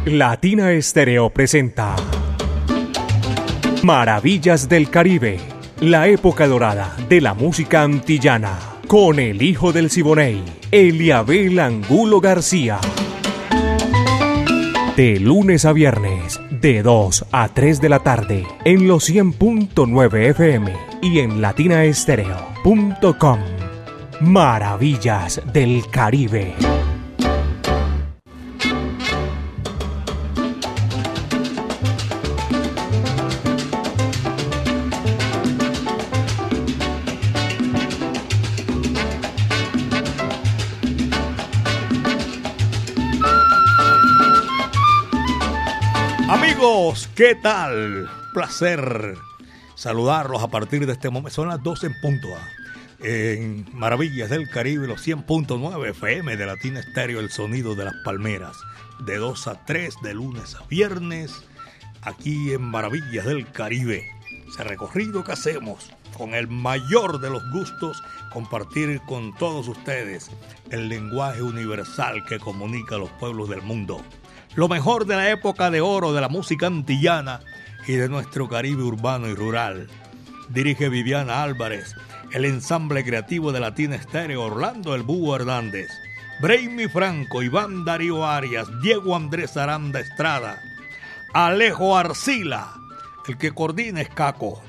Latina Estéreo presenta Maravillas del Caribe, la época dorada de la música antillana, con el hijo del Siboney, Eliabel Angulo García. De lunes a viernes, de 2 a 3 de la tarde, en los 100.9 FM y en latinaestereo.com. Maravillas del Caribe. Amigos, ¿qué tal? Placer saludarlos a partir de este momento. Son las 12 en punto. En Maravillas del Caribe, los 100.9 FM de Latina Estéreo, el sonido de las palmeras. De 2 a 3, de lunes a viernes, aquí en Maravillas del Caribe. Ese recorrido que hacemos con el mayor de los gustos, compartir con todos ustedes el lenguaje universal que comunica a los pueblos del mundo. Lo mejor de la época de oro de la música antillana y de nuestro Caribe urbano y rural. Dirige Viviana Álvarez, el ensamble creativo de Latina Estéreo, Orlando El Búho Hernández, Brainy Franco, Iván Darío Arias, Diego Andrés Aranda Estrada, Alejo Arcila, el que coordina es Caco.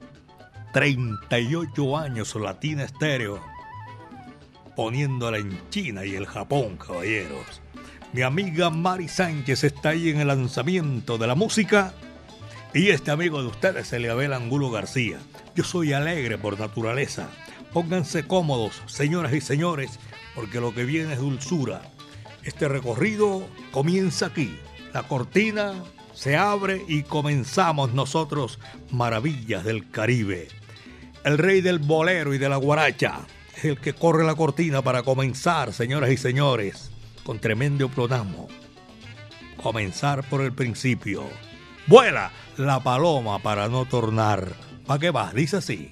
38 años Latina Estéreo, poniéndola en China y el Japón, caballeros. Mi amiga Mari Sánchez está ahí en el lanzamiento de la música. Y este amigo de ustedes, Eliabel Angulo García. Yo soy alegre por naturaleza. Pónganse cómodos, señoras y señores, porque lo que viene es dulzura. Este recorrido comienza aquí. La cortina se abre y comenzamos nosotros, Maravillas del Caribe. El rey del bolero y de la guaracha es el que corre la cortina para comenzar, señoras y señores. Con tremendo pronamo. Comenzar por el principio. Vuela la paloma para no tornar. ¿Para qué vas? Dice así.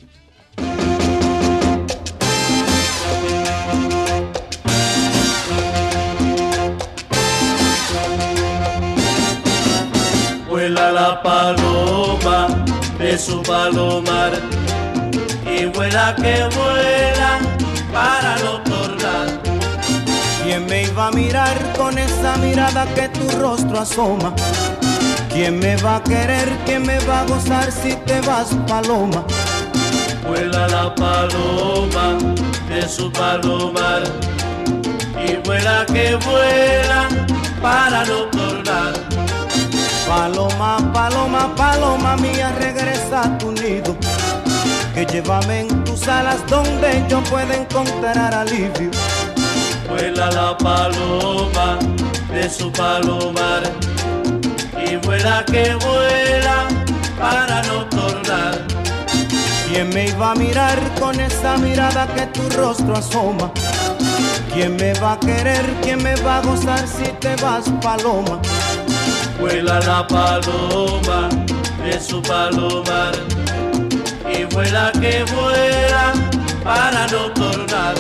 Vuela la paloma de su palomar y vuela que vuela para no tornar. ¿Quién me iba a mirar con esa mirada que tu rostro asoma? ¿Quién me va a querer? ¿Quién me va a gozar si te vas, paloma? Vuela la paloma de su palomar y vuela que vuela para no tornar. Paloma, paloma, paloma mía, regresa a tu nido, que llévame en tus alas donde yo pueda encontrar alivio. Vuela la paloma de su palomar y vuela que vuela para no tornar. ¿Quién me iba a mirar con esa mirada que tu rostro asoma? ¿Quién me va a querer? ¿Quién me va a gozar si te vas, paloma? Vuela la paloma de su palomar y vuela que vuela para no tornar.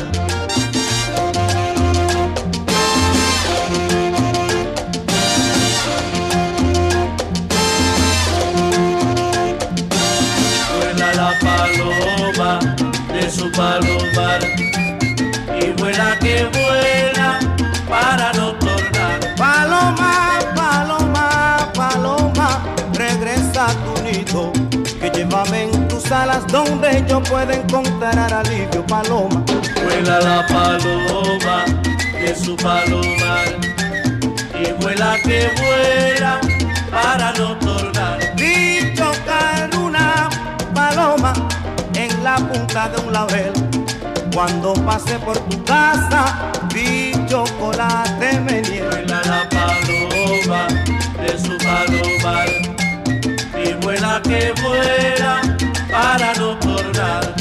Paloma de su palomar y vuela que vuela para no tornar. Paloma, paloma, paloma, regresa a tu nido, que llévame en tus alas donde yo pueda encontrar alivio. Paloma, vuela la paloma de su palomar y vuela que vuela para no tornar. Vi chocar una paloma en la punta de un laurel. Cuando pasé por tu casa vi chocolate menier. Vuela la paloma de su palomar y vuela que vuela para no tornar.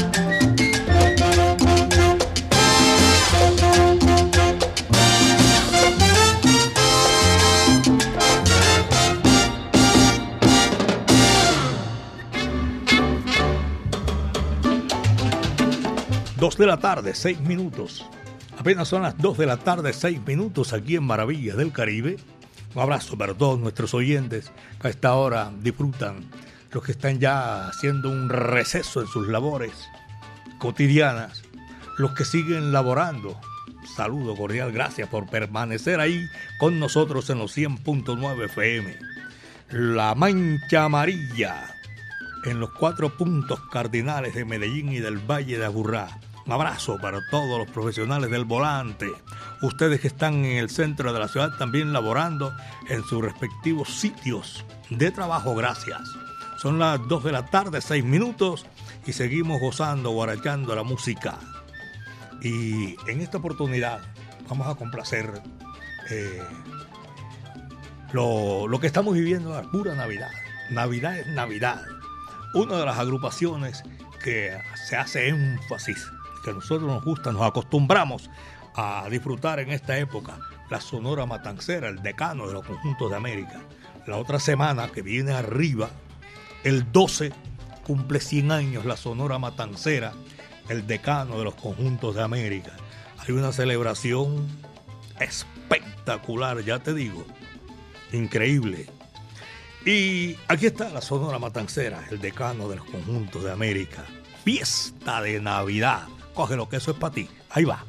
Dos de la tarde, 6 minutos. Apenas son las 2 de la tarde, 6 minutos aquí en Maravillas del Caribe. Un abrazo para todos nuestros oyentes que a esta hora disfrutan, los que están ya haciendo un receso en sus labores cotidianas, los que siguen laborando. Saludo cordial, gracias por permanecer ahí con nosotros en los 100.9 FM. La Mancha Amarilla en los 4 puntos cardinales de Medellín y del Valle de Aburrá. Un abrazo para todos los profesionales del volante, ustedes que están en el centro de la ciudad también laborando en sus respectivos sitios de trabajo, gracias. Son las 2 de la tarde, 6 minutos, y seguimos gozando, guarachando la música. Y en esta oportunidad vamos a complacer lo que estamos viviendo, la pura Navidad. Navidad es Navidad. Una de las agrupaciones que se hace énfasis, que a nosotros nos gusta, nos acostumbramos a disfrutar en esta época, la Sonora Matancera, el decano de los conjuntos de América. La otra semana que viene arriba, el 12, cumple 100 años la Sonora Matancera, el decano de los conjuntos de América. Hay una celebración espectacular, ya te digo, increíble. Y aquí está la Sonora Matancera, el decano de los conjuntos de América. Fiesta de Navidad. Cógelo, que eso es para ti. Ahí va.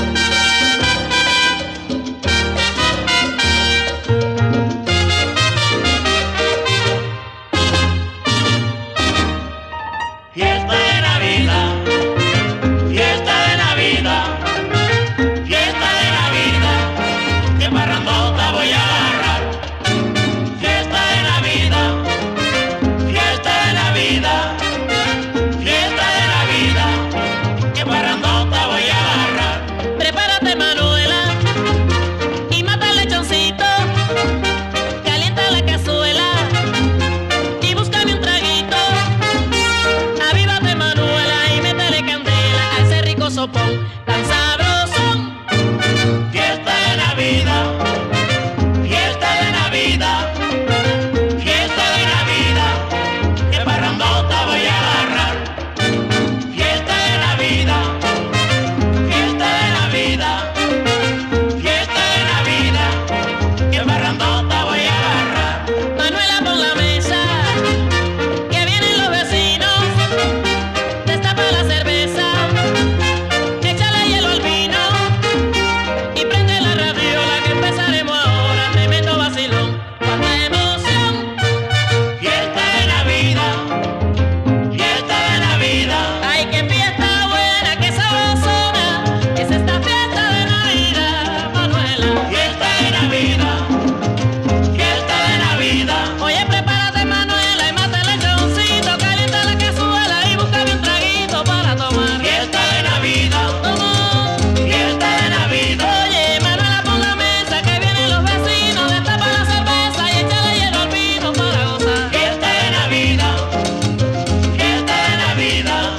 Fiesta de Navidad, fiesta de Navidad, fiesta de Navidad, que parrandota voy a agarrar. Fiesta de Navidad, fiesta de Navidad, fiesta de Navidad, que parrandota voy a agarrar. Prepárate, Manuela, y mata el lechoncito, calienta la cazuela y búscame un traguito. Avívate, Manuela, y métele candela a ese rico sopón tan sabrosón. Fiesta de Navidad, fiesta de Navidad, fiesta de Navidad, que parrandota voy a agarrar. Fiesta de Navidad, fiesta de Navidad, fiesta de Navidad, que parrandota voy a agarrar. Manuela, pon la mesa, que vienen los vecinos. Destapa la cerveza, échale hielo al vino y prende la radiola que empezaremos ahora. Tremendo vacilón, cuánta emoción. Fiesta de Navidad, fiesta de Navidad. Ay, qué fiesta buena, qué sabrosona es esta fiesta de Navidad, Manuela. Fiesta de Navidad, fiesta de Navidad. Oye, prepárate, Manuela, y mata el lechoncito, calienta la cazuela y búscame un traguito para tomar. Fiesta de Navidad, fiesta de Navidad. Oye, Manuela, pon la mesa, que vienen los vecinos. Destapa la cerveza y échale hielo al vino para gozar. Fiesta de Navidad, fiesta de Navidad.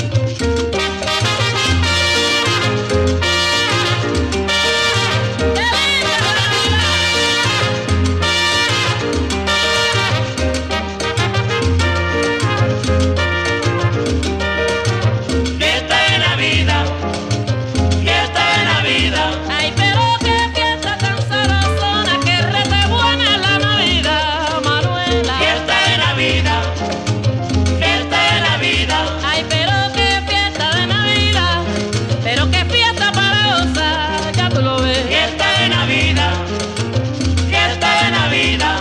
¡Qué linda Navidad! Fiesta de Navidad, fiesta de Navidad. Ay, pero qué fiesta tan sabrosona, que rete buena es la Navidad, Manuela. Fiesta de Navidad, fiesta de Navidad. Ay, pero qué fiesta de Navidad, pero qué fiesta para gozar, ya tú lo ves. Fiesta de Navidad, fiesta de Navidad.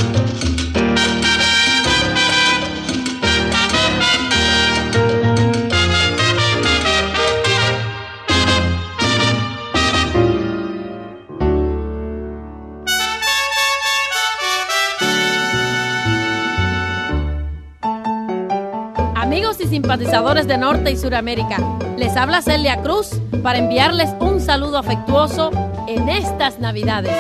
Amigos y simpatizadores de Norte y Suramérica, les habla Celia Cruz para enviarles un saludo afectuoso en estas Navidades.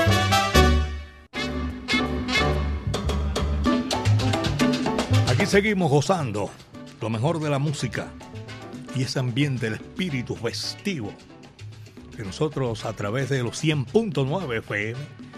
Aquí seguimos gozando lo mejor de la música y ese ambiente, el espíritu festivo que nosotros a través de los 100.9 FM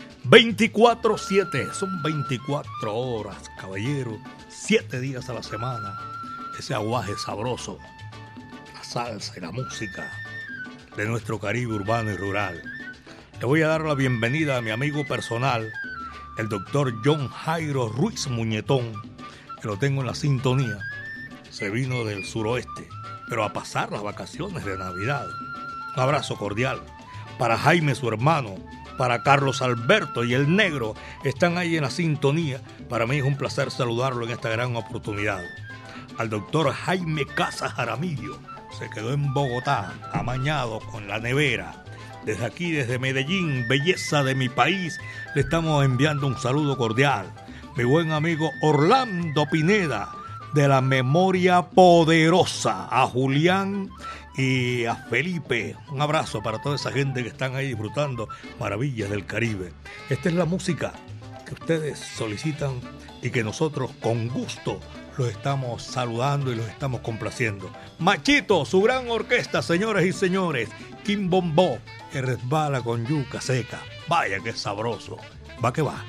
24/7, son 24 horas, caballero, 7 días a la semana, ese aguaje sabroso, la salsa y la música de nuestro Caribe urbano y rural. Le voy a dar la bienvenida a mi amigo personal, el doctor John Jairo Ruiz Muñetón, que lo tengo en la sintonía. Se vino del suroeste, pero a pasar las vacaciones de Navidad. Un abrazo cordial para Jaime, su hermano, para Carlos Alberto y el negro, están ahí en la sintonía. Para mí es un placer saludarlo en esta gran oportunidad. Al doctor Jaime Casas Jaramillo, se quedó en Bogotá, amañado con la nevera. Desde aquí, desde Medellín, belleza de mi país, le estamos enviando un saludo cordial. Mi buen amigo Orlando Pineda, de la Memoria Poderosa, a Julián y a Felipe. Un abrazo para toda esa gente que están ahí disfrutando maravillas del Caribe. Esta es la música que ustedes solicitan y que nosotros con gusto los estamos saludando y los estamos complaciendo. Machito, su gran orquesta, señoras y señores. Quimbombó, que resbala con yuca seca. Vaya que sabroso. Va que va.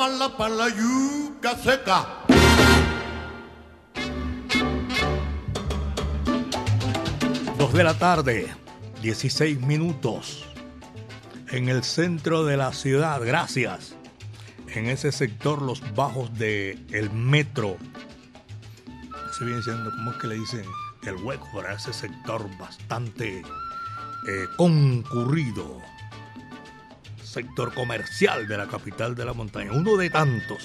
mala para la yuca seca. Dos de la tarde, 16 minutos. En el centro de la ciudad, gracias. En ese sector, los bajos del metro. Se viene diciendo, ¿cómo es que le dicen? El hueco para ese sector bastante concurrido. Sector comercial de la capital de la montaña. Uno de tantos.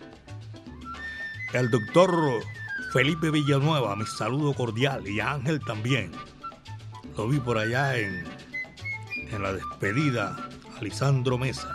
El doctor Felipe Villanueva, mi saludo cordial. Y a Ángel también. Lo vi por allá en la despedida a Lisandro Mesa.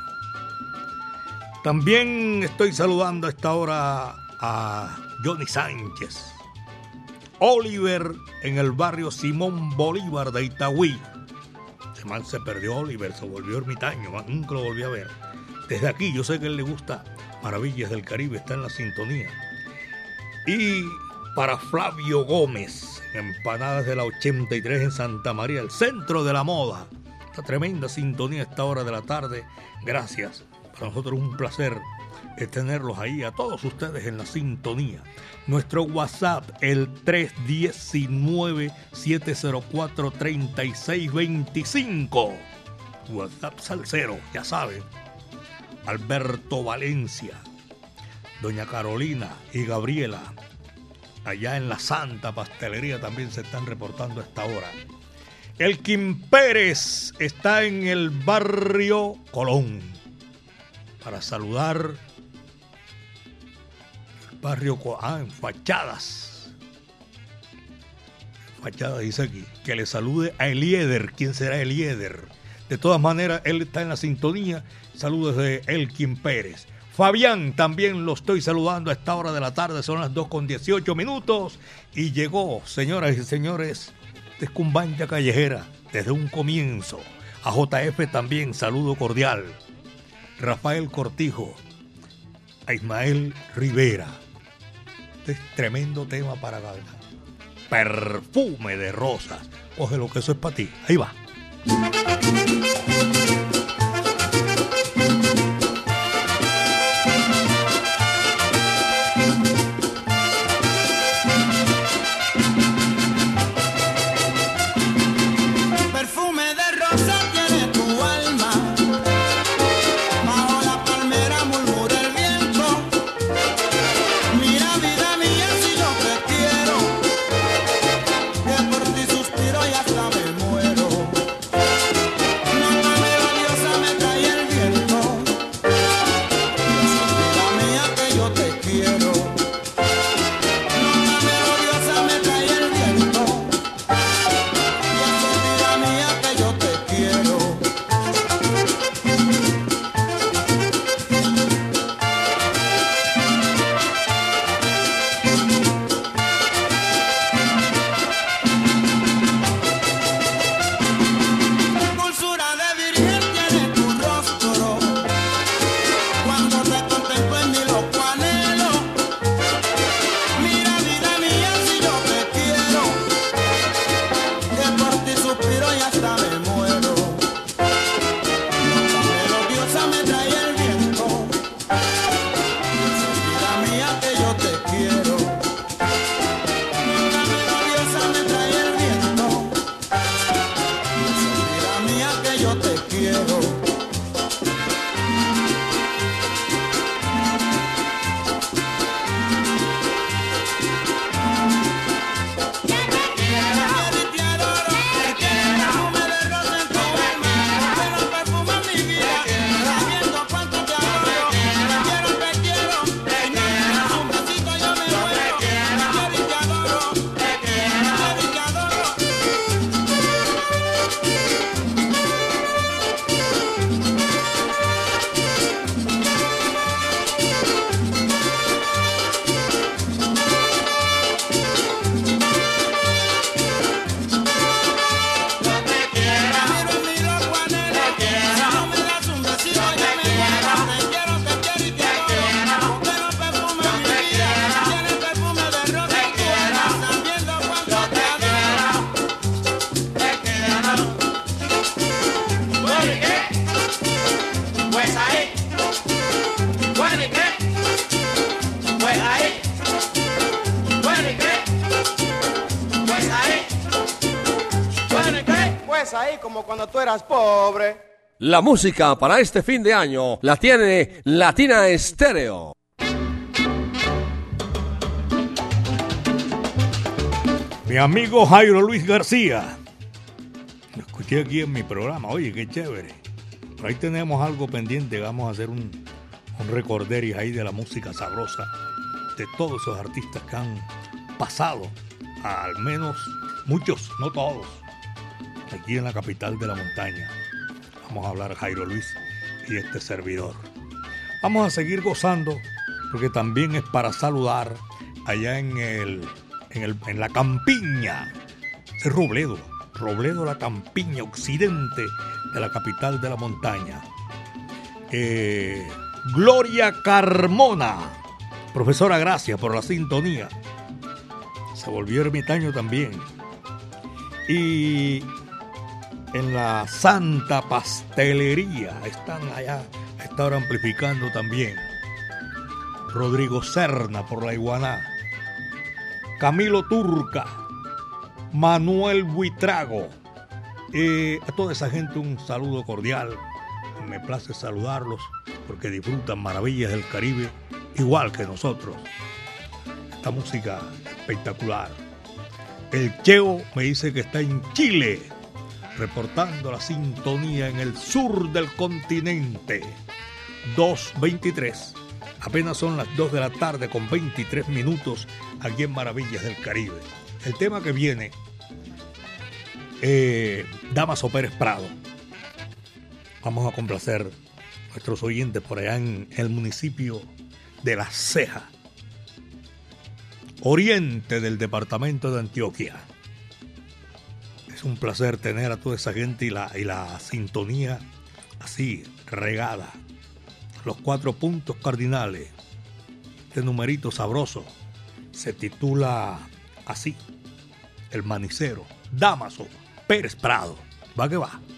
También estoy saludando a esta hora a Johnny Sánchez. Oliver en el barrio Simón Bolívar de Itagüí. Ese man se perdió, Oliver, se volvió ermitaño, man, nunca lo volví a ver. Desde aquí, yo sé que a él le gusta Maravillas del Caribe, está en la sintonía. Y para Flavio Gómez, Empanadas de la 83 en Santa María, el centro de la moda. Esta tremenda sintonía a esta hora de la tarde. Gracias. Para nosotros un placer tenerlos ahí a todos ustedes en la sintonía. Nuestro WhatsApp, el 319-704-3625. WhatsApp salsero, ya saben. Alberto Valencia, doña Carolina y Gabriela. Allá en la Santa Pastelería también se están reportando a esta hora. Elkin Pérez está en el barrio Colón para saludar el barrio en Fachadas. Fachadas dice aquí que le salude a Elieder. ¿Quién será Elieder? De todas maneras, él está en la sintonía. Saludos de Elkin Pérez. Fabián, también lo estoy saludando a esta hora de la tarde, son las 2:18 y llegó, señoras y señores, de Cumbancha Callejera, desde un comienzo. A JF también, saludo cordial. Rafael Cortijo, a Ismael Rivera. Este es tremendo tema para Galda. Perfume de rosas. Coge lo que eso es para ti. Ahí va. No Ay, como cuando tú eras pobre. La música para este fin de año la tiene Latina Estéreo. Mi amigo Jairo Luis García. Lo escuché aquí en mi programa. Oye, qué chévere. Pero ahí tenemos algo pendiente. Vamos a hacer un recorderis ahí de la música sabrosa de todos esos artistas que han pasado, al menos muchos, no todos, aquí en la capital de la montaña. Vamos a hablar Jairo Luis y este servidor. Vamos a seguir gozando porque también es para saludar allá en la campiña de Robledo, la campiña occidente de la capital de la montaña. Gloria Carmona, profesora, gracias por la sintonía. Se volvió ermitaño también. Y en la Santa Pastelería están allá, están amplificando también. Rodrigo Serna por la Iguaná, Camilo Turca, Manuel Buitrago, a toda esa gente un saludo cordial. Me place saludarlos porque disfrutan maravillas del Caribe igual que nosotros. Esta música espectacular. El Cheo me dice que está en Chile, reportando la sintonía en el sur del continente. 2:23. Apenas son las 2 de la tarde con 23 minutos aquí en Maravillas del Caribe. El tema que viene, Damaso Pérez Prado. Vamos a complacer a nuestros oyentes por allá en el municipio de La Ceja, oriente del departamento de Antioquia. Es un placer tener a toda esa gente y la sintonía así regada. Los 4 puntos cardinales. Este numerito sabroso se titula así: El Manicero, Damaso Pérez Prado. Va que va.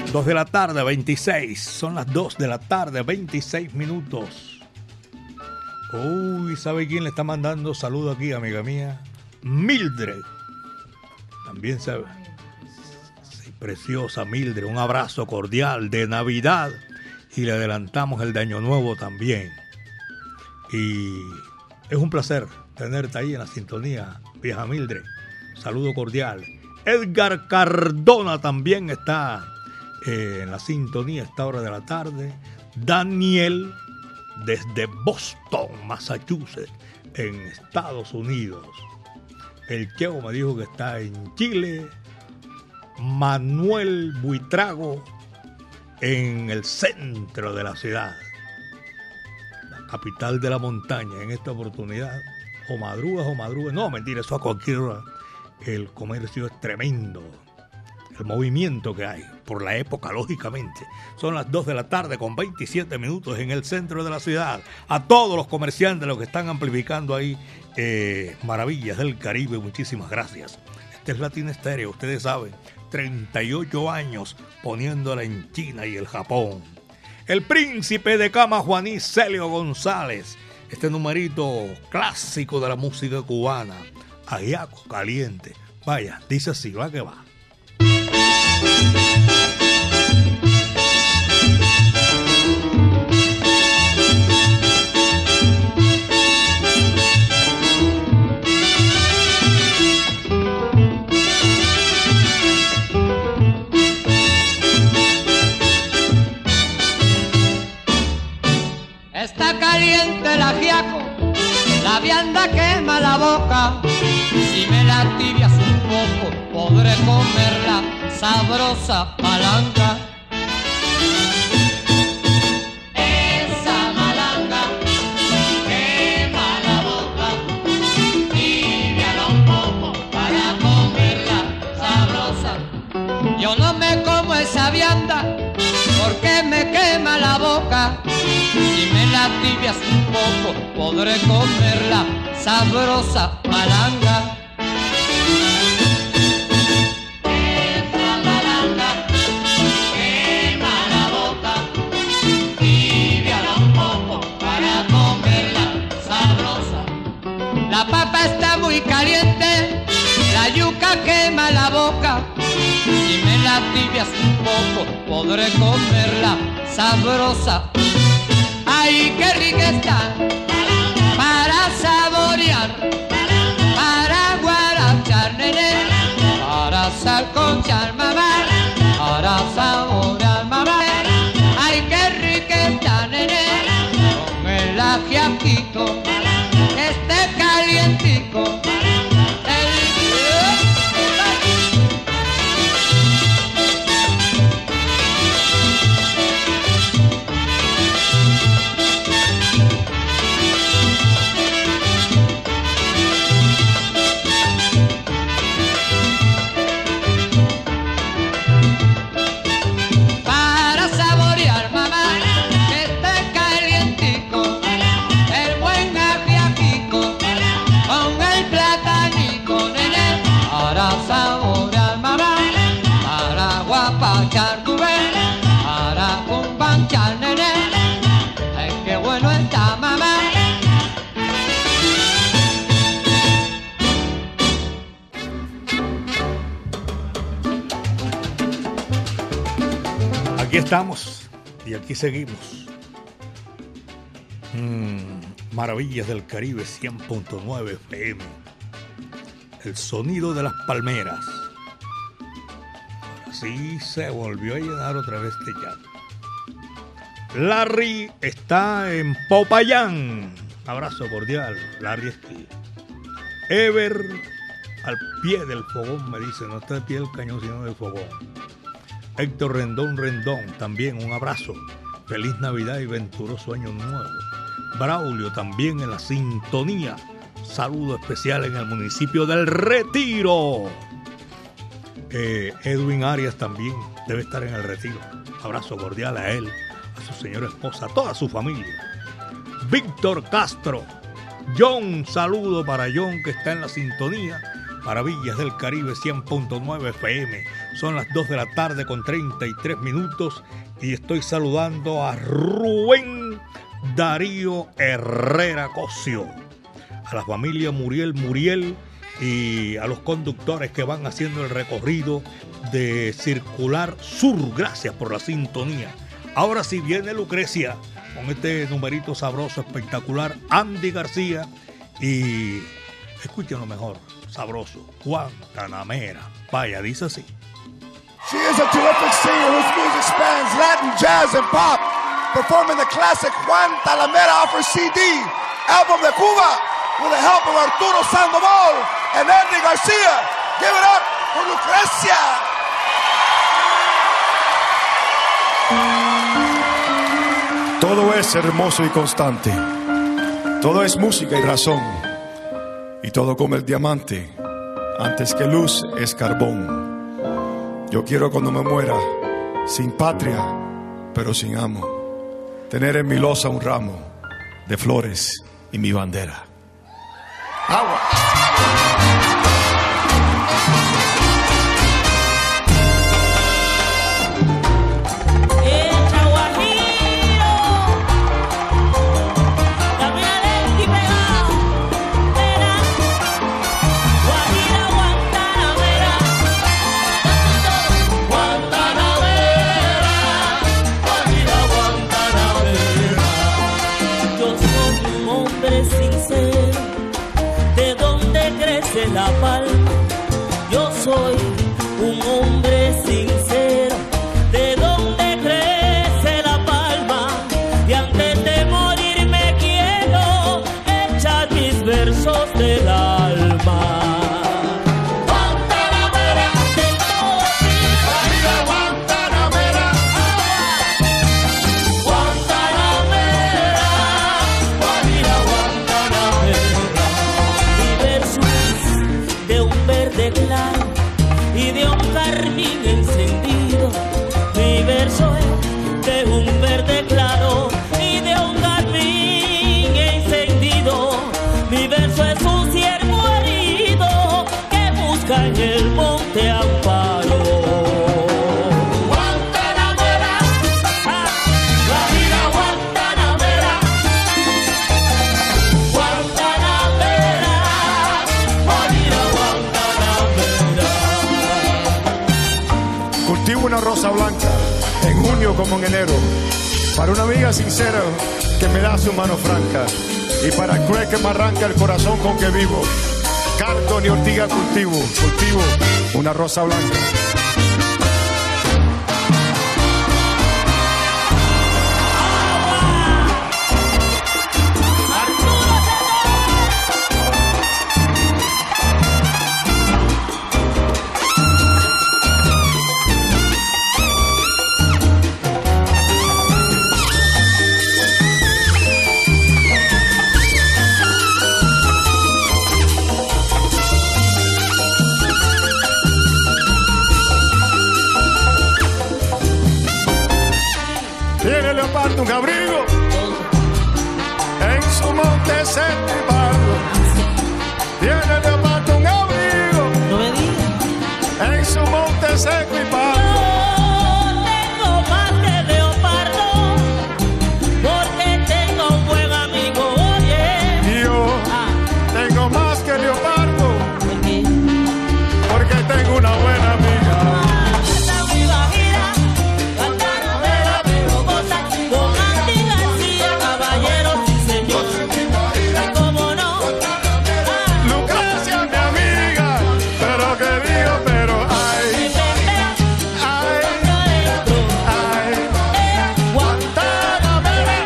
2 de la tarde, 26. Son las 2 de la tarde, 26 minutos. Uy, ¿sabe quién le está mandando saludo aquí, amiga mía? Mildred. También sabe. Sí, preciosa Mildred. Un abrazo cordial de Navidad. Y le adelantamos el de Año Nuevo también. Y es un placer tenerte ahí en la sintonía, vieja Mildred. Saludo cordial. Edgar Cardona también está en la sintonía a esta hora de la tarde. Daniel, desde Boston, Massachusetts, en Estados Unidos. El Cheo me dijo que está en Chile. Manuel Buitrago, en el centro de la ciudad, la capital de la montaña. En esta oportunidad, o madrugas, no, mentira, eso a cualquier hora. El comercio es tremendo, el movimiento que hay por la época, lógicamente. Son las 2 de la tarde con 27 minutos en el centro de la ciudad. A todos los comerciantes, los que están amplificando ahí Maravillas del Caribe, muchísimas gracias. Este es Latina Estéreo, ustedes saben, 38 años poniéndola en China y el Japón. El príncipe de Cama, Juaní Celio González, este numerito clásico de la música cubana, Ajiaco Caliente. Vaya, dice así, va que va. Está caliente el ajiaco, la vianda quema la boca. Si me la tibias un poco, podré comerla sabrosa malanga. Esa malanga quema la boca. Tibiala un poco para comerla sabrosa. Yo no me como esa vianda porque me quema la boca. Si me la tibias un poco, podré comerla sabrosa malanga. Esa malanga quema la boca. Tibiala un poco para comerla sabrosa. La papa está muy caliente, la yuca quema la boca. Si me la tibias un poco, podré comerla sabrosa. ¡Ay, qué rica está! Para saborear, para guarachar, nene, para salconchar, mamá, para saborear, mamá. ¡Ay, qué rica está, nene! Con el ajiaquito, que esté calientico. Aquí estamos y aquí seguimos. Maravillas del Caribe 100.9 FM. El sonido de las palmeras. Ahora sí se volvió a llenar otra vez este chat. Larry está en Popayán. Abrazo cordial, Larry Esquí. Ever al pie del fogón, me dice. No está al pie del cañón, sino del fogón. Héctor Rendón, también un abrazo. Feliz Navidad y venturoso año nuevo. Braulio también en la sintonía. Saludo especial en el municipio del Retiro. Edwin Arias también debe estar en el Retiro. Abrazo cordial a él, a su señora esposa, a toda su familia. Víctor Castro. John, saludo para John que está en la sintonía. Maravillas del Caribe 100.9 FM. Son las 2 de la tarde con 33 minutos y estoy saludando a Rubén Darío Herrera Cosio, a la familia Muriel y a los conductores que van haciendo el recorrido de Circular Sur. Gracias por la sintonía. Ahora sí viene Lucrecia con este numerito sabroso, espectacular, Andy García y, escúchenlo mejor, sabroso, Guantanamera. Vaya, dice así. She is a terrific singer whose music spans Latin, jazz, and pop, performing the classic Guantanamera off her CD, album de Cuba, with the help of Arturo Sandoval and Andy García. Give it up for Lucrecia. Todo es hermoso y constante. Todo es música y razón. Y todo como el diamante. Antes que luz es carbón. Yo quiero cuando me muera, sin patria, pero sin amo, tener en mi losa un ramo de flores y mi bandera. Agua. La palma, yo soy un hombre sincero, de donde crece la palma, y antes de morir me quiero echar mis versos del alma. Guantanamera, de todo arriba, Guantanamera, Guantanamera, Guajira, Guantanamera, mi verso de un verde claro y de un carmín encendido. Mi verso es de un verde claro y de un carmín encendido. Mi verso es un ciervo herido que busca en el monte amparo. Guantanamera, Guajira, Guantanamera, Guantanamera, Guajira, Guantanamera. Cultivo una rosa blanca en junio como en enero, para una amiga sincera que me da su mano franca, y para el cruel que me arranca el corazón con que vivo. Cardo ni ortiga cultivo una rosa blanca. Tiene leopardo un abrigo en su monte seco y pardo. Tiene leopardo un abrigo, No me digas. en su monte seco y pardo. Yo tengo más que leopardo, porque tengo un buen amigo, oye. Yo tengo más que leopardo, ¿Por qué? porque tengo una buena amiga. Esta es mi Guajira, Guantanamera, pero goza con Andy García, caballero, sí señor. Y cómo no, Lucrecia, mi amiga, pero que digo, pero ay, Guantanamera,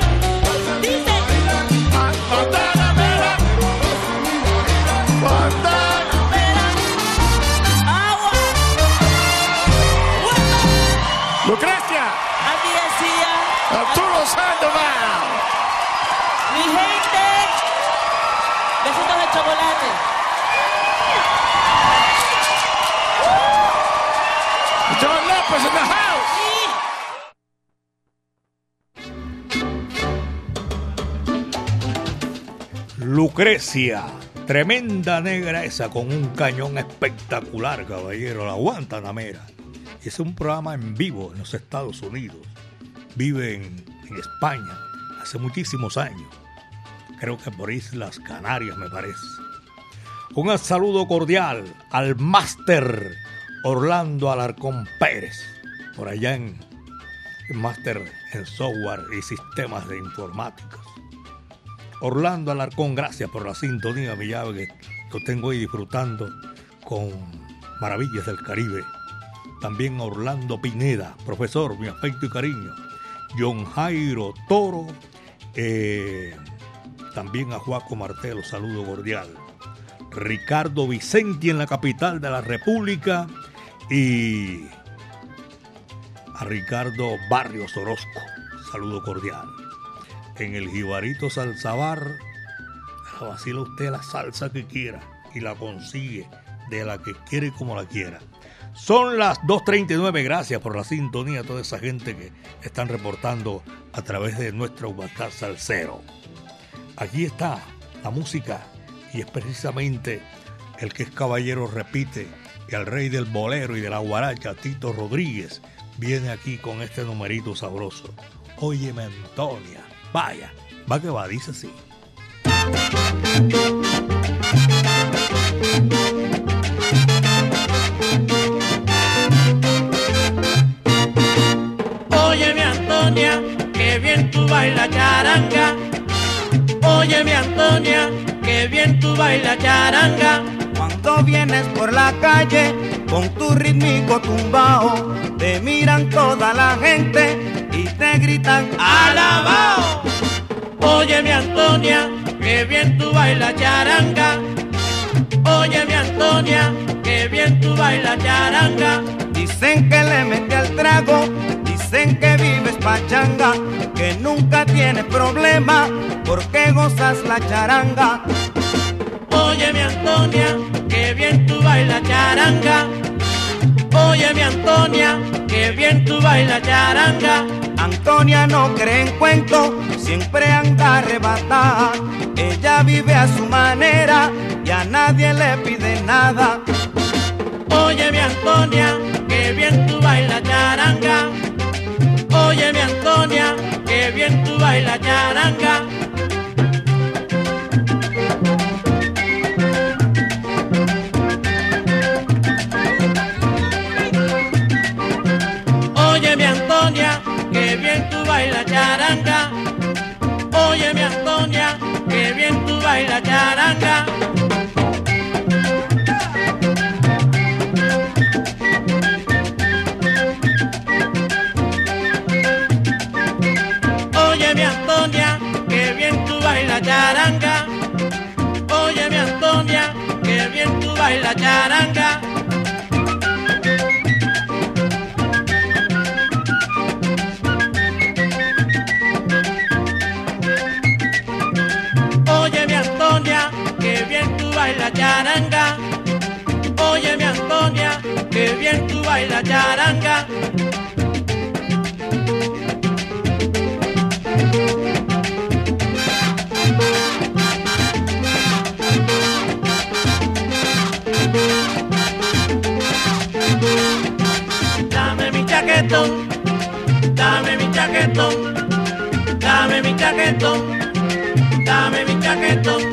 Guantanamera, Guantanamera, Lucrecia, Andy García, Arturo Sandoval. mi gente, besitos de chocolate. John Lopez in the house. Lucrecia, tremenda negra esa con un cañón espectacular, caballero, la Guantanamera. Es un programa en vivo en los Estados Unidos. Vive en España hace muchísimos años. Creo que por Islas Canarias, me parece. Un saludo cordial al máster Orlando Alarcón Pérez, por allá en máster en software y sistemas de informática. Orlando Alarcón, gracias por la sintonía, mi llave, que lo tengo ahí disfrutando con Maravillas del Caribe. También a Orlando Pineda, profesor, mi afecto y cariño. John Jairo Toro, también a Juaco Martelo, saludo cordial. Ricardo Vicenti en la capital de la República y a Ricardo Barrios Orozco, saludo cordial. En el Jibarito Salsabar, la vacila usted la salsa que quiera y la consigue de la que quiere y como la quiera. Son las 2:39, gracias por la sintonía a toda esa gente que están reportando a través de nuestro WhatsApp Salsero. Aquí está la música y es precisamente el que es caballero repite, y al rey del bolero y de la guaracha, Tito Rodríguez, viene aquí con este numerito sabroso. Óyeme, Antonia, vaya, va que va, dice así. Óyeme, Antonia, que bien tú bailas charanga. Óyeme, Antonia, que bien tú bailas charanga. Cuando vienes por la calle con tu rítmico tumbao, te miran toda la gente y te gritan ¡alabao! Óyeme, Antonia, que bien tú bailas charanga. Óyeme, Antonia, que bien tú bailas charanga. Dicen que le mete al trago, dicen que vives pachanga, que nunca tienes problema porque gozas la charanga. Óyeme, Antonia, que bien tú bailas charanga. Óyeme, Antonia, que bien tú bailas charanga. Antonia no cree en cuentos, siempre anda arrebatada. Ella vive a su manera y a nadie le pide nada. Óyeme, Antonia, que bien tú bailas charanga. Óyeme, Antonia, que bien tú bailas charanga. Óyeme, Antonia, que bien tú bailas charanga. Óyeme, Antonia, que bien tú bailas charanga. Óyeme, Antonia, que bien tú bailas charanga. Óyeme, Antonia, que bien tú bailas charanga. Óyeme, Antonia, que bien tú bailas charanga. Óyeme, Antonia, que bien tú bailas charanga. Dame mi chaquetón, dame mi chaquetón, dame mi chaquetón, dame mi chaquetón.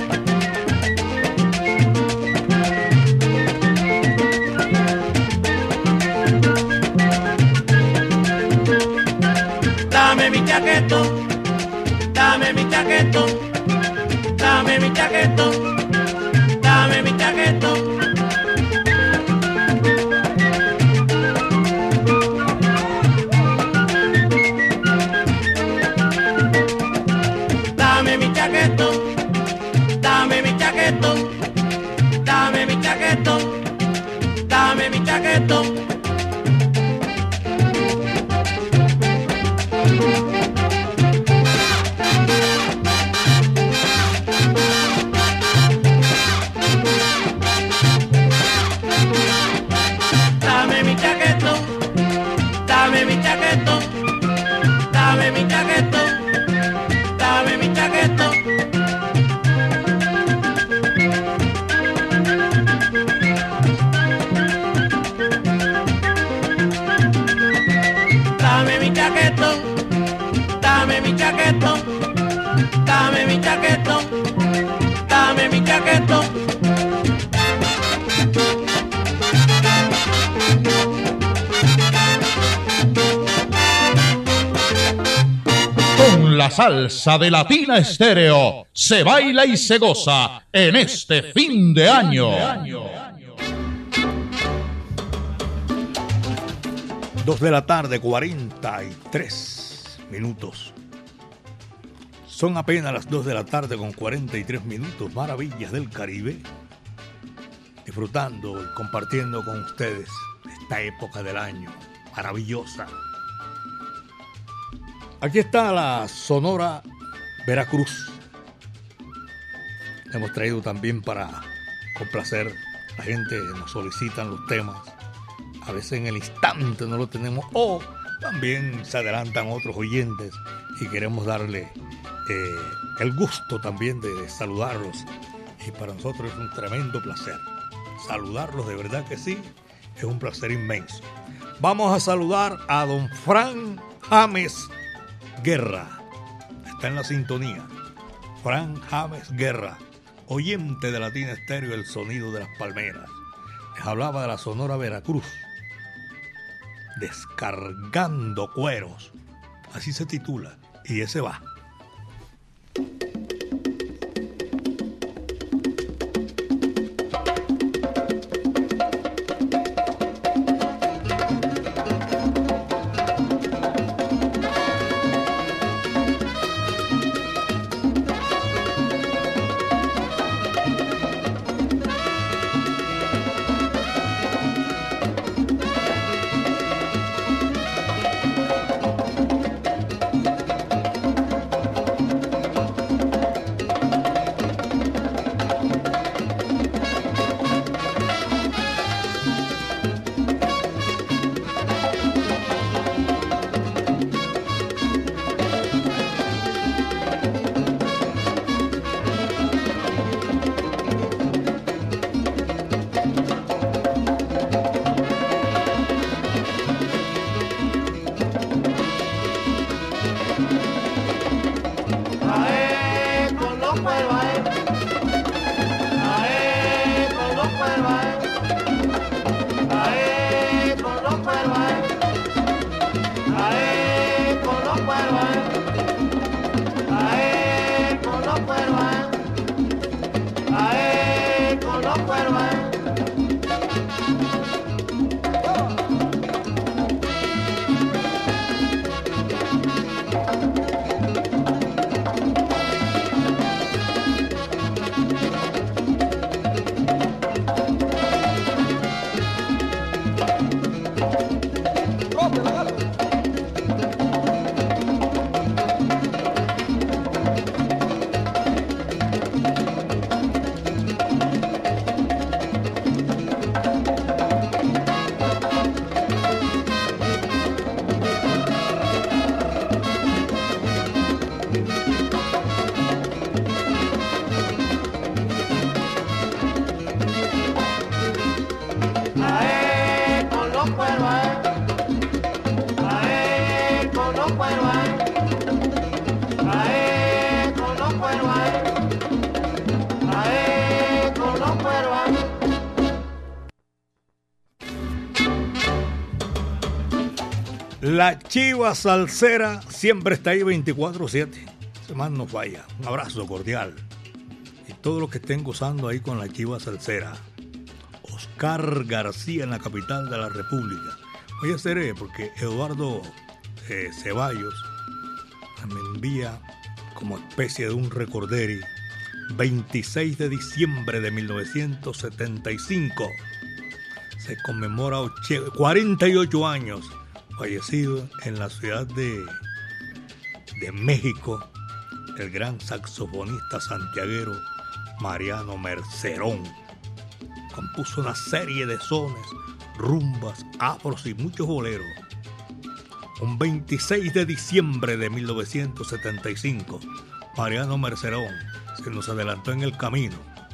Dame mi chaquetón, dame mi chaquetón, dame mi chaquetón, dame mi chaquetón. Dame mi chaquetón, dame mi chaquetón, dame mi chaquetón, dame mi chaquetón. La salsa de Latina Estéreo se baila y se goza en este fin de año. 2 de la tarde, 43 minutos. Son apenas las 2 de la tarde con 43 minutos. Maravillas del Caribe. Disfrutando y compartiendo con ustedes esta época del año maravillosa. Aquí está la Sonora Veracruz. Hemos traído también para complacer. La gente nos solicitan los temas. A veces en el instante no lo tenemos. O también se adelantan otros oyentes y queremos darle el gusto también de saludarlos. Y para nosotros es un tremendo placer saludarlos, de verdad que sí. Es un placer inmenso. Vamos a saludar a don Fran James Guerra. Está en la sintonía. Fran James Guerra, oyente de Latina Estéreo, el sonido de las palmeras. Les hablaba de la Sonora Veracruz. Descargando cueros. Así se titula. Y ese va. La Chiva Salsera siempre está ahí 24/7. Ese man no falla. Un abrazo cordial. Y todos los que estén gozando ahí con la Chiva Salsera. Oscar García en la capital de la República. Voy a hacer porque Eduardo Ceballos me envía como especie de un recorderi. 26 de diciembre de 1975. Se conmemora 48 años. Fallecido en la ciudad de México, el gran saxofonista santiaguero Mariano Mercerón. Compuso una serie de sones, rumbas, afros y muchos boleros. Un 26 de diciembre de 1975, Mariano Mercerón se nos adelantó en el camino.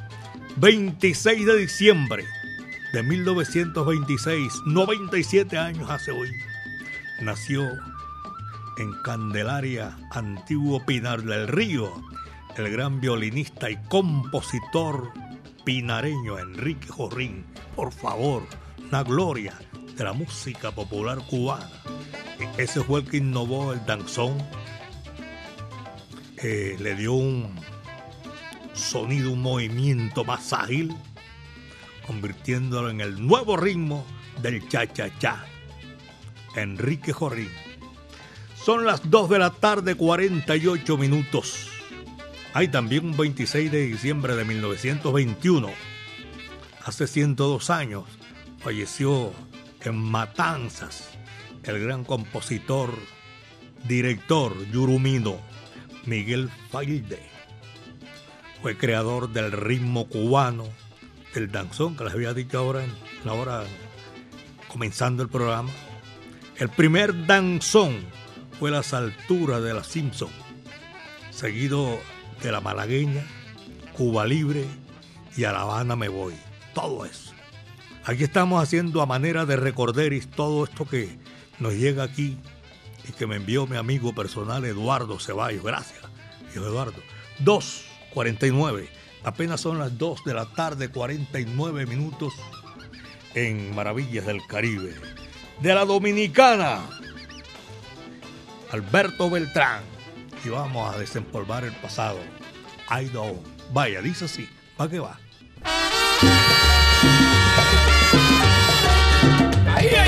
26 de diciembre de 1926, 97 años hace hoy. Nació en Candelaria, Antiguo Pinar del Río, el gran violinista y compositor pinareño Enrique Jorrín. Por favor, una gloria de la música popular cubana. Ese fue el que innovó el danzón, le dio un sonido, un movimiento más ágil, convirtiéndolo en el nuevo ritmo del cha-cha-cha. Enrique Jorrín. Son las 2 de la tarde, 48 minutos. Hay también un 26 de diciembre de 1921, hace 102 años, falleció en Matanzas el gran compositor, director yurumino Miguel Failde. Fue creador del ritmo cubano, del danzón, que les había dicho ahora comenzando el programa. El primer danzón fue Las Alturas de la Simpson, seguido de La Malagueña, Cuba Libre y A La Habana Me Voy. Todo eso. Aquí estamos haciendo a manera de recorderis todo esto que nos llega aquí y que me envió mi amigo personal Eduardo Ceballos. Gracias, hijo Eduardo. 2:49. Apenas son las 2 de la tarde, 49 minutos en Maravillas del Caribe. De la Dominicana, Alberto Beltrán. Y vamos a desempolvar el pasado. I know. Vaya, dice así. ¿Para qué va? ¡Ay, ay, ay!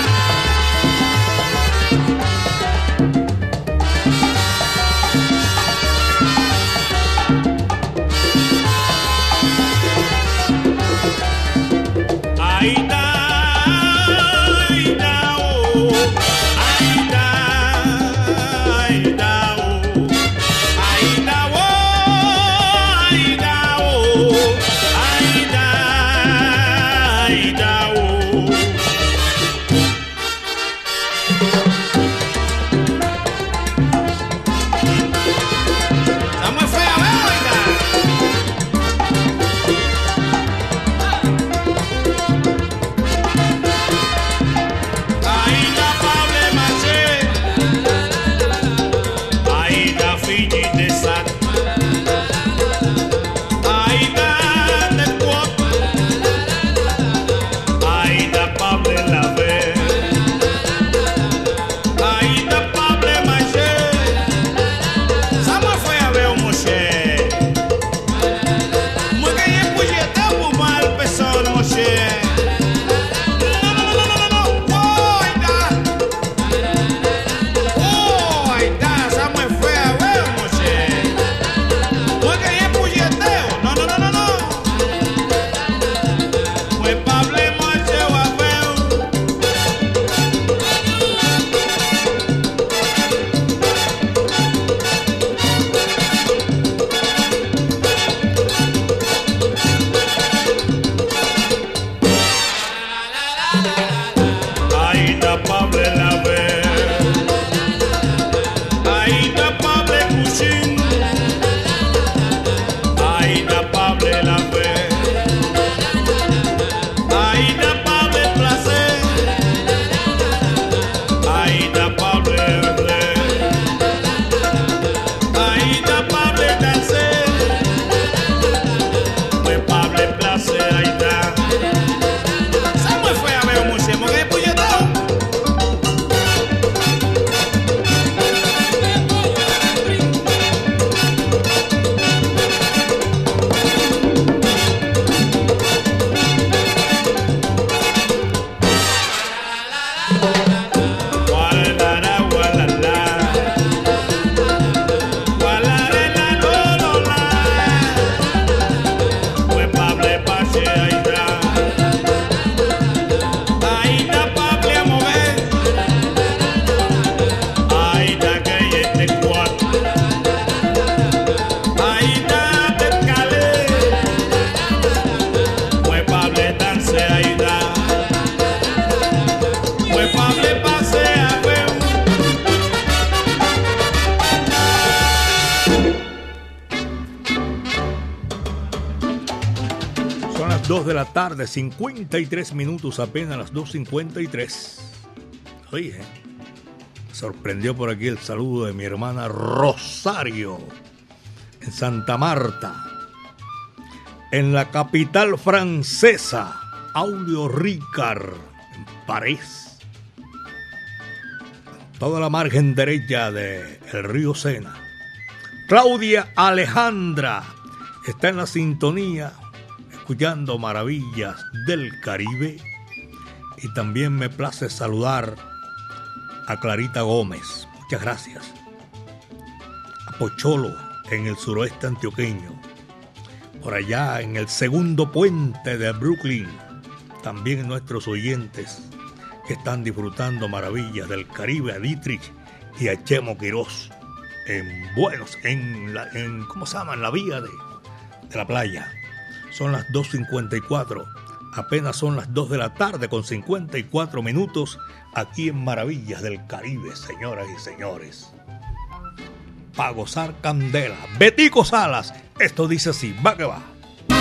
Son las 2 de la tarde, 53 minutos, apenas las 2:53. Oye, sorprendió por aquí el saludo de mi hermana Rosario, en Santa Marta, en la capital francesa, Aulio Ricard, en París. Toda la margen derecha del río Sena. Claudia Alejandra está en la sintonía, escuchando Maravillas del Caribe. Y también me place saludar a Clarita Gómez. Muchas gracias. A Pocholo, en el suroeste antioqueño. Por allá en el segundo puente de Brooklyn. También nuestros oyentes que están disfrutando Maravillas del Caribe, a Dietrich y a Chemo Quirós. ¿Cómo se llama? En la vía de la playa. Son las 2:54. Apenas son las 2 de la tarde con 54 minutos aquí en Maravillas del Caribe, señoras y señores. Pa' gozar candela. Betico Salas, esto dice así, va que va.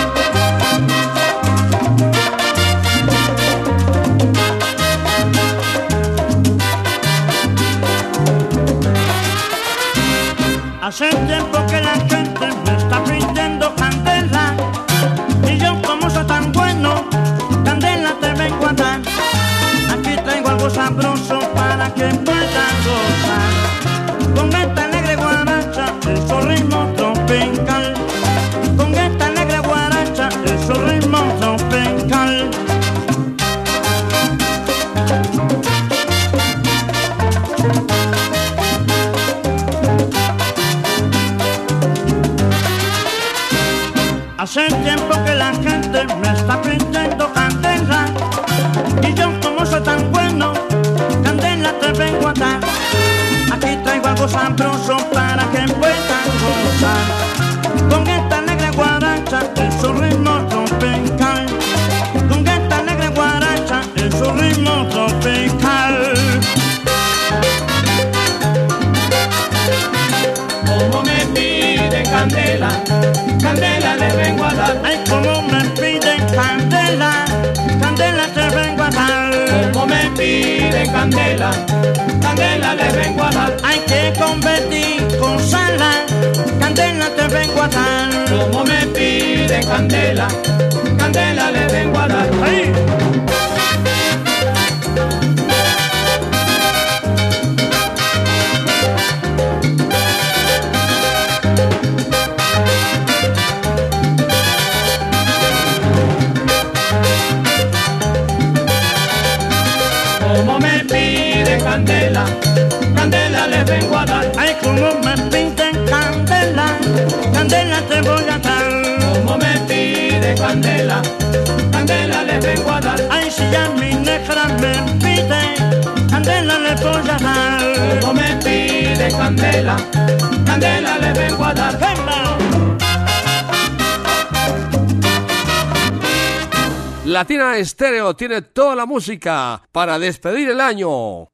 Hace tiempo que la gente me está pidiendo candela y yo como soy tan bueno, candela te vengo a dar. Aquí traigo algo sabroso para que puedas gozar. Con esta alegre guaracha, esos ritmos tropical. Con esta alegre guaracha, esos ritmos tropical. Hace tiempo que la gente me está pidiendo candela y yo como soy tan bueno, candela te vengo a dar. Aquí traigo algo sabroso para que puedas gozar. Con esta alegre guaracha, esos ritmos tropical. Con esta alegre guaracha, esos ritmos tropical. Como me pide candela, candela le vengo a dar. Ay, como me piden candela, candela te vengo a dar. Como me pide candela, candela le vengo a dar. Hay que convertir con sala, candela te vengo a dar. Como me pide candela, candela le vengo a dar. ¡Ay! Como me pide candela, candela le vengo a dar. Ay, como me piden candela, candela te voy a dar. Como me pide candela, candela le vengo a dar. Ay, si ya mi negra me pide, candela le voy a dar. Como me pide candela, candela le vengo a dar. ¡Venga! Latina Estéreo tiene toda la música para despedir el año.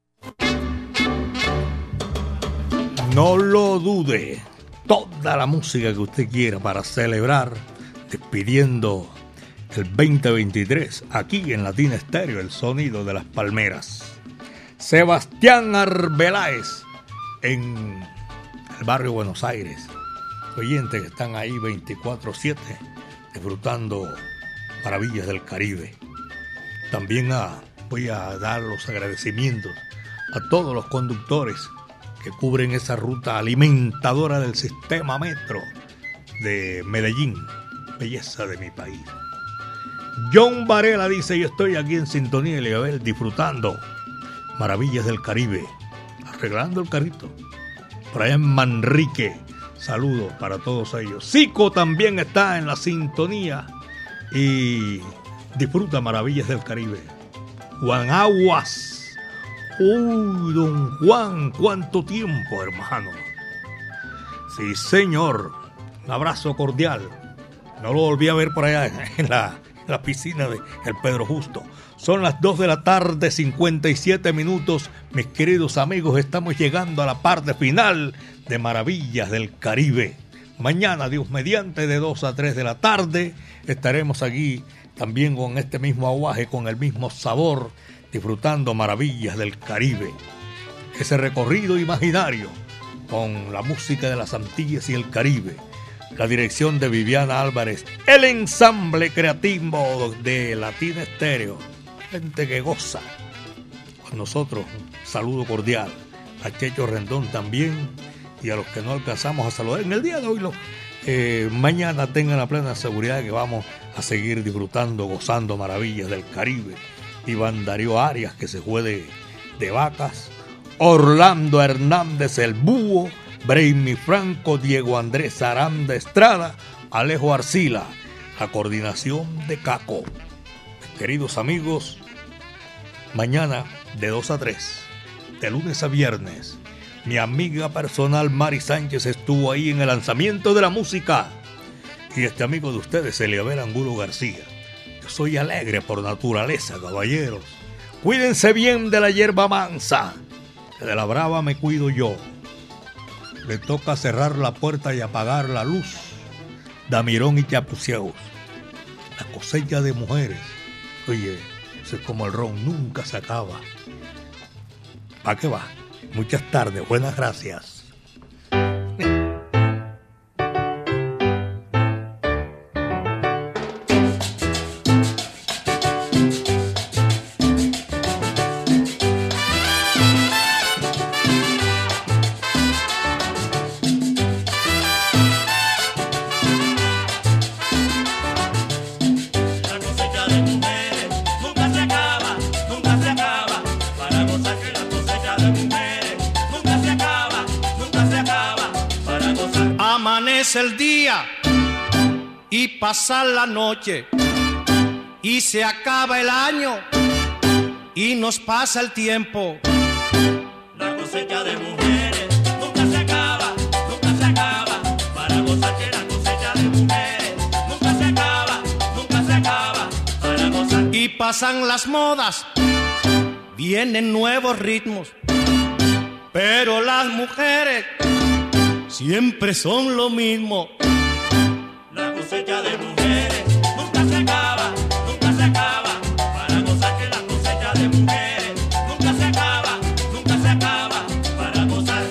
No lo dude, toda la música que usted quiera para celebrar, despidiendo el 2023, aquí en Latina Estéreo, el sonido de las palmeras. Sebastián Arbeláez, en el barrio Buenos Aires. Oyentes que están ahí 24/7, disfrutando Maravillas del Caribe. También voy a dar los agradecimientos a todos los conductores que cubren esa ruta alimentadora del sistema metro de Medellín, belleza de mi país. John Varela dice: yo estoy aquí en sintonía, Eliabel, disfrutando Maravillas del Caribe, arreglando el carrito. Por allá en Manrique, saludos para todos ellos. Zico también está en la sintonía y disfruta Maravillas del Caribe. Juan Aguas. Uy, don Juan, cuánto tiempo, hermano. Sí, señor. Un abrazo cordial. No lo volví a ver por allá en la piscina de el Pedro Justo. Son las 2 de la tarde, 57 minutos. Mis queridos amigos, estamos llegando a la parte final de Maravillas del Caribe. Mañana, Dios mediante, de 2 a 3 de la tarde, estaremos aquí también con este mismo aguaje, con el mismo sabor, disfrutando Maravillas del Caribe. Ese recorrido imaginario con la música de las Antillas y el Caribe. La dirección de Viviana Álvarez. El ensamble creativo de Latina Estéreo. Gente que goza con nosotros. Un saludo cordial a Checho Rendón también. y a los que no alcanzamos a saludar en el día de hoy, mañana tengan la plena seguridad de que vamos a seguir disfrutando, gozando maravillas del Caribe. Iván Darío Arias, que se fue de vacas, Orlando Hernández el Búho, Brainy Franco, Diego Andrés Aranda Estrada, Alejo Arcila, la coordinación de Caco. Queridos amigos, mañana de 2 a 3, de lunes a viernes, mi amiga personal Mari Sánchez estuvo ahí en el lanzamiento de la música. Y este amigo de ustedes, Eliabel Angulo García. Yo soy alegre por naturaleza, caballeros. Cuídense bien de la hierba mansa, que de la brava me cuido yo. Le toca cerrar la puerta y apagar la luz. Damirón y Chapuceaus. La cosecha de mujeres. Oye, eso es como el ron, nunca se acaba. ¿Para qué va? Muchas tardes, buenas gracias. El día y pasa la noche y se acaba el año y nos pasa el tiempo. La cosecha de mujeres nunca se acaba, para gozar que la cosecha de mujeres nunca se acaba, para gozar. Y pasan las modas, vienen nuevos ritmos, pero las mujeres siempre son lo mismo. La cosecha de mujeres nunca se acaba, para gozar que la cosecha de mujeres nunca se acaba, para gozar.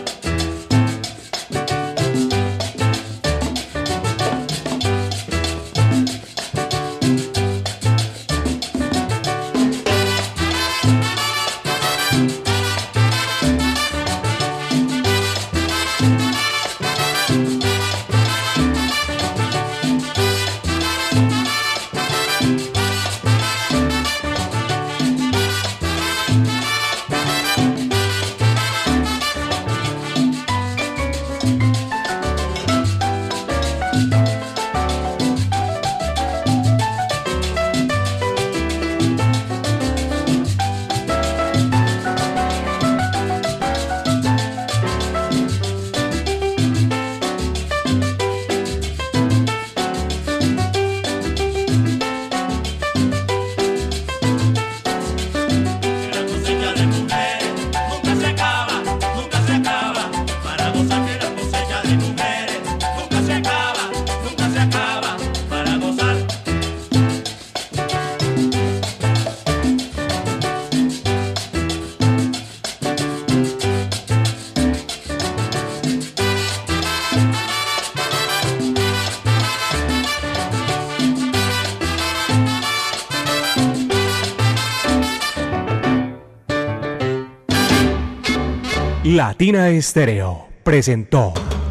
Latina Estéreo presentó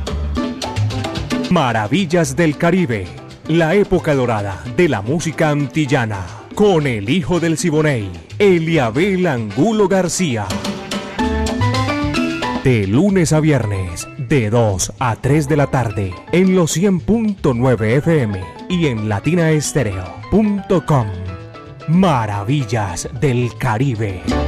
Maravillas del Caribe, la época dorada de la música antillana, con el hijo del Siboney, Eliabel Angulo García. De lunes a viernes, de 2 a 3 de la tarde, en los 100.9 FM y en latinaestereo.com. Maravillas del Caribe.